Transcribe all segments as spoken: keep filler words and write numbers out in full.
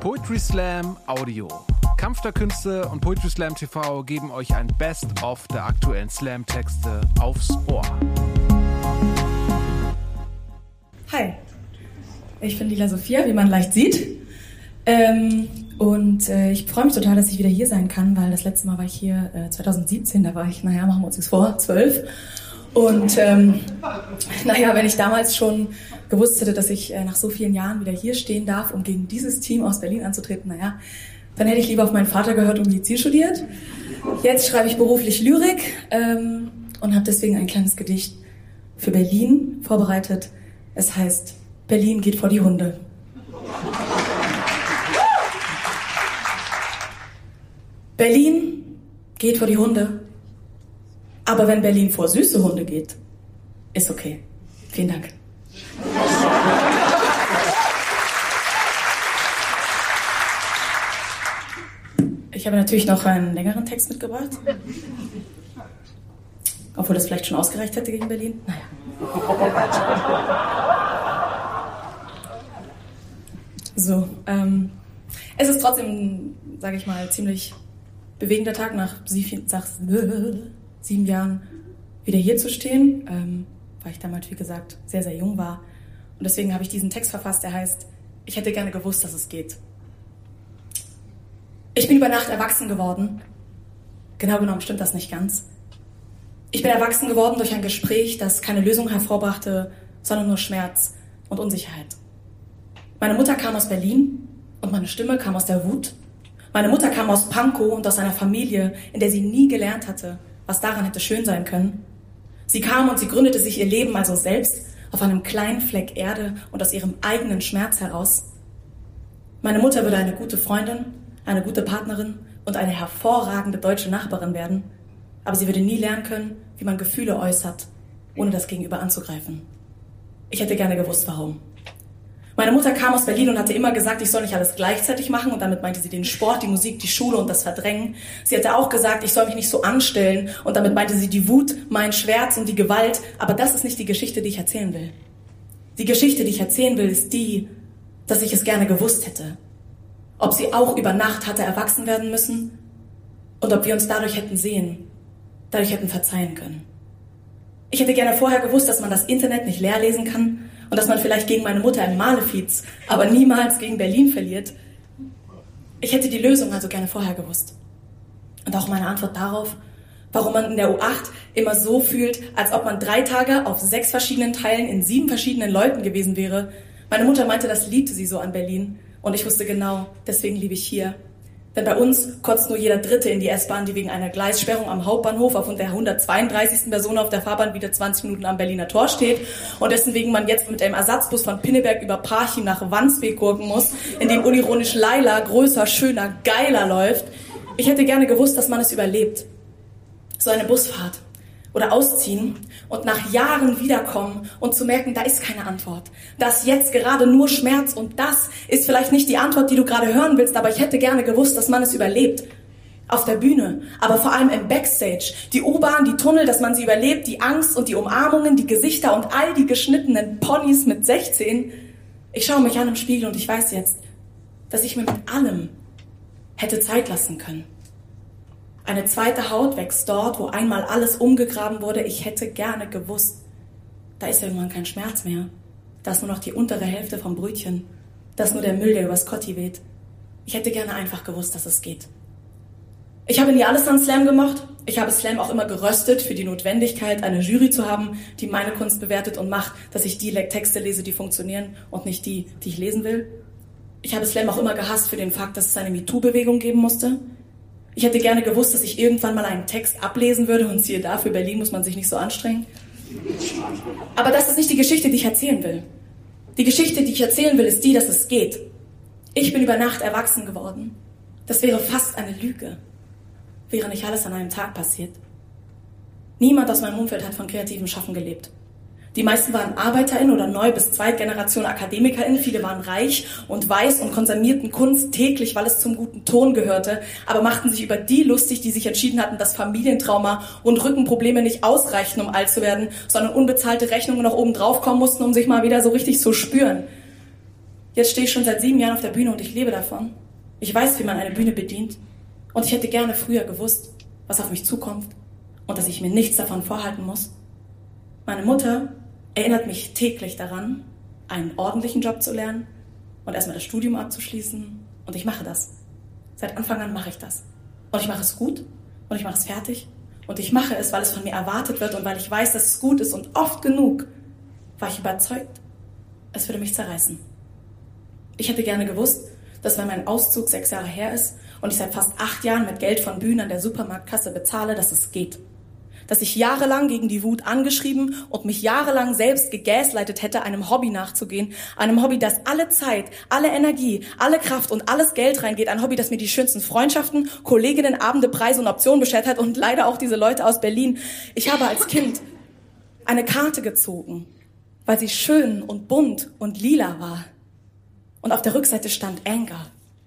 Poetry Slam Audio. Kampf der Künste und Poetry Slam T V geben euch ein Best-of der aktuellen Slam-Texte aufs Ohr. Hi, ich bin Lila Sophia, wie man leicht sieht. Ähm, und äh, ich freue mich total, dass ich wieder hier sein kann, weil das letzte Mal war ich hier äh, zwanzig siebzehn, da war ich, naja, machen wir uns nichts vor, zwölf. Und ähm, naja, wenn ich damals schon gewusst hätte, dass ich äh, nach so vielen Jahren wieder hier stehen darf, um gegen dieses Team aus Berlin anzutreten, naja, dann hätte ich lieber auf meinen Vater gehört und Medizin studiert. Jetzt schreibe ich beruflich Lyrik ähm, und habe deswegen ein kleines Gedicht für Berlin vorbereitet. Es heißt, Berlin geht vor die Hunde. Berlin geht vor die Hunde, aber wenn Berlin vor süße Hunde geht, ist okay. Vielen Dank. Ich habe natürlich noch einen längeren Text mitgebracht. Obwohl das vielleicht schon ausgereicht hätte gegen Berlin. Naja. So, ähm, es ist trotzdem, sage ich mal, ziemlich bewegender Tag, nach sieben, sieben Jahren wieder hier zu stehen, ähm, weil ich damals, wie gesagt, sehr, sehr jung war. Und deswegen habe ich diesen Text verfasst, der heißt, ich hätte gerne gewusst, dass es geht. Ich bin über Nacht erwachsen geworden. Genau genommen stimmt das nicht ganz. Ich bin erwachsen geworden durch ein Gespräch, das keine Lösung hervorbrachte, sondern nur Schmerz und Unsicherheit. Meine Mutter kam aus Berlin und meine Stimme kam aus der Wut. Meine Mutter kam aus Pankow und aus einer Familie, in der sie nie gelernt hatte, was daran hätte schön sein können. Sie kam und sie gründete sich ihr Leben also selbst auf einem kleinen Fleck Erde und aus ihrem eigenen Schmerz heraus. Meine Mutter würde eine gute Freundin, eine gute Partnerin und eine hervorragende deutsche Nachbarin werden, aber sie würde nie lernen können, wie man Gefühle äußert, ohne das Gegenüber anzugreifen. Ich hätte gerne gewusst, warum. Meine Mutter kam aus Berlin und hatte immer gesagt, ich soll nicht alles gleichzeitig machen, und damit meinte sie den Sport, die Musik, die Schule und das Verdrängen. Sie hatte auch gesagt, ich soll mich nicht so anstellen, und damit meinte sie die Wut, mein Schmerz und die Gewalt, aber das ist nicht die Geschichte, die ich erzählen will. Die Geschichte, die ich erzählen will, ist die, dass ich es gerne gewusst hätte. Ob sie auch über Nacht hatte erwachsen werden müssen und ob wir uns dadurch hätten sehen, dadurch hätten verzeihen können. Ich hätte gerne vorher gewusst, dass man das Internet nicht leer lesen kann und dass man vielleicht gegen meine Mutter im Malefiz, aber niemals gegen Berlin verliert. Ich hätte die Lösung also gerne vorher gewusst. Und auch meine Antwort darauf, warum man in der U acht immer so fühlt, als ob man drei Tage auf sechs verschiedenen Teilen in sieben verschiedenen Leuten gewesen wäre. Meine Mutter meinte, das liebte sie so an Berlin. Und ich wusste genau, deswegen liebe ich hier. Denn bei uns kotzt nur jeder Dritte in die S-Bahn, die wegen einer Gleissperrung am Hauptbahnhof aufgrund der hundertzweiunddreißigsten Person auf der Fahrbahn wieder zwanzig Minuten am Berliner Tor steht und dessen wegen man jetzt mit einem Ersatzbus von Pinneberg über Parchim nach Wandsbek gurken muss, in dem unironisch Laila größer, schöner, geiler läuft. Ich hätte gerne gewusst, dass man es überlebt. So eine Busfahrt. Oder ausziehen und nach Jahren wiederkommen und zu merken, da ist keine Antwort. Da ist jetzt gerade nur Schmerz und das ist vielleicht nicht die Antwort, die du gerade hören willst, aber ich hätte gerne gewusst, dass man es überlebt. Auf der Bühne, aber vor allem im Backstage. Die U-Bahn, die Tunnel, dass man sie überlebt, die Angst und die Umarmungen, die Gesichter und all die geschnittenen Ponys mit sechzehn. Ich schaue mich an im Spiegel und ich weiß jetzt, dass ich mir mit allem hätte Zeit lassen können. Eine zweite Haut wächst dort, wo einmal alles umgegraben wurde. Ich hätte gerne gewusst, da ist irgendwann kein Schmerz mehr. Da ist nur noch die untere Hälfte vom Brötchen. Da ist nur der Müll, der übers Kotti weht. Ich hätte gerne einfach gewusst, dass es geht. Ich habe nie alles an Slam gemocht. Ich habe Slam auch immer geröstet für die Notwendigkeit, eine Jury zu haben, die meine Kunst bewertet und macht, dass ich die Texte lese, die funktionieren und nicht die, die ich lesen will. Ich habe Slam auch immer gehasst für den Fakt, dass es eine MeToo-Bewegung geben musste. Ich hätte gerne gewusst, dass ich irgendwann mal einen Text ablesen würde und siehe da, für Berlin muss man sich nicht so anstrengen. Aber das ist nicht die Geschichte, die ich erzählen will. Die Geschichte, die ich erzählen will, ist die, dass es geht. Ich bin über Nacht erwachsen geworden. Das wäre fast eine Lüge. Wäre nicht alles an einem Tag passiert. Niemand aus meinem Umfeld hat von kreativem Schaffen gelebt. Die meisten waren ArbeiterInnen oder Neu- bis Zweitgeneration AkademikerInnen. Viele waren reich und weiß und konsumierten Kunst täglich, weil es zum guten Ton gehörte, aber machten sich über die lustig, die sich entschieden hatten, dass Familientrauma und Rückenprobleme nicht ausreichten, um alt zu werden, sondern unbezahlte Rechnungen noch oben drauf kommen mussten, um sich mal wieder so richtig zu spüren. Jetzt stehe ich schon seit sieben Jahren auf der Bühne und ich lebe davon. Ich weiß, wie man eine Bühne bedient. Und ich hätte gerne früher gewusst, was auf mich zukommt und dass ich mir nichts davon vorhalten muss. Meine Mutter erinnert mich täglich daran, einen ordentlichen Job zu lernen und erstmal das Studium abzuschließen. Und ich mache das. Seit Anfang an mache ich das. Und ich mache es gut und ich mache es fertig. Und ich mache es, weil es von mir erwartet wird und weil ich weiß, dass es gut ist. Und oft genug war ich überzeugt, es würde mich zerreißen. Ich hätte gerne gewusst, dass wenn mein Auszug sechs Jahre her ist und ich seit fast acht Jahren mit Geld von Bühnen an der Supermarktkasse bezahle, dass es geht. Dass ich jahrelang gegen die Wut angeschrieben und mich jahrelang selbst gegaslightet hätte, einem Hobby nachzugehen. Einem Hobby, das alle Zeit, alle Energie, alle Kraft und alles Geld reingeht. Ein Hobby, das mir die schönsten Freundschaften, Kolleginnen, Abende, Preise und Optionen beschert hat und leider auch diese Leute aus Berlin. Ich habe als Kind eine Karte gezogen, weil sie schön und bunt und lila war. Und auf der Rückseite stand Anger.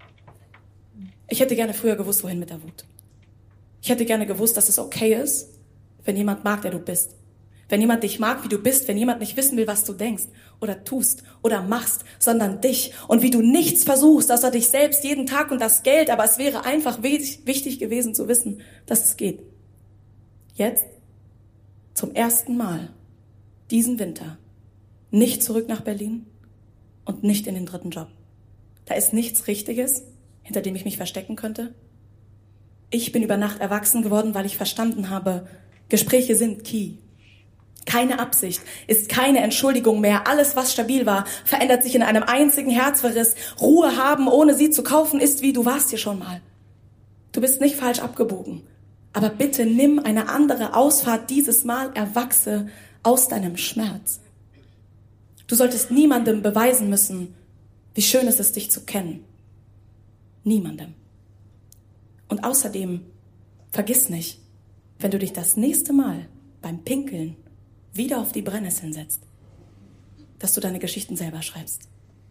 Ich hätte gerne früher gewusst, wohin mit der Wut. Ich hätte gerne gewusst, dass es okay ist, wenn jemand mag, der du bist. Wenn jemand dich mag, wie du bist, wenn jemand nicht wissen will, was du denkst oder tust oder machst, sondern dich. Und wie du nichts versuchst, außer dich selbst jeden Tag und das Geld. Aber es wäre einfach wichtig gewesen zu wissen, dass es geht. Jetzt, zum ersten Mal, diesen Winter, nicht zurück nach Berlin und nicht in den dritten Job. Da ist nichts Richtiges, hinter dem ich mich verstecken könnte. Ich bin über Nacht erwachsen geworden, weil ich verstanden habe, Gespräche sind key. Keine Absicht ist keine Entschuldigung mehr. Alles, was stabil war, verändert sich in einem einzigen Herzverriss. Ruhe haben, ohne sie zu kaufen, ist wie, du warst hier schon mal. Du bist nicht falsch abgebogen. Aber bitte nimm eine andere Ausfahrt. Dieses Mal erwachse aus deinem Schmerz. Du solltest niemandem beweisen müssen, wie schön es ist, dich zu kennen. Niemandem. Und außerdem, vergiss nicht, wenn du dich das nächste Mal beim Pinkeln wieder auf die Brennnesseln setzt, dass du deine Geschichten selber schreibst.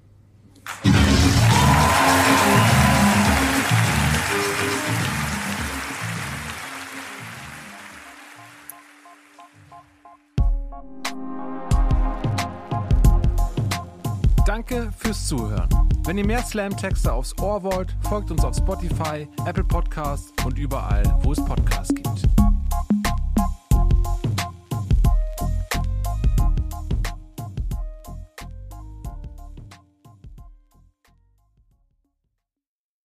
Danke fürs Zuhören. Wenn ihr mehr Slam-Texte aufs Ohr wollt, folgt uns auf Spotify, Apple Podcasts und überall, wo es Podcasts gibt.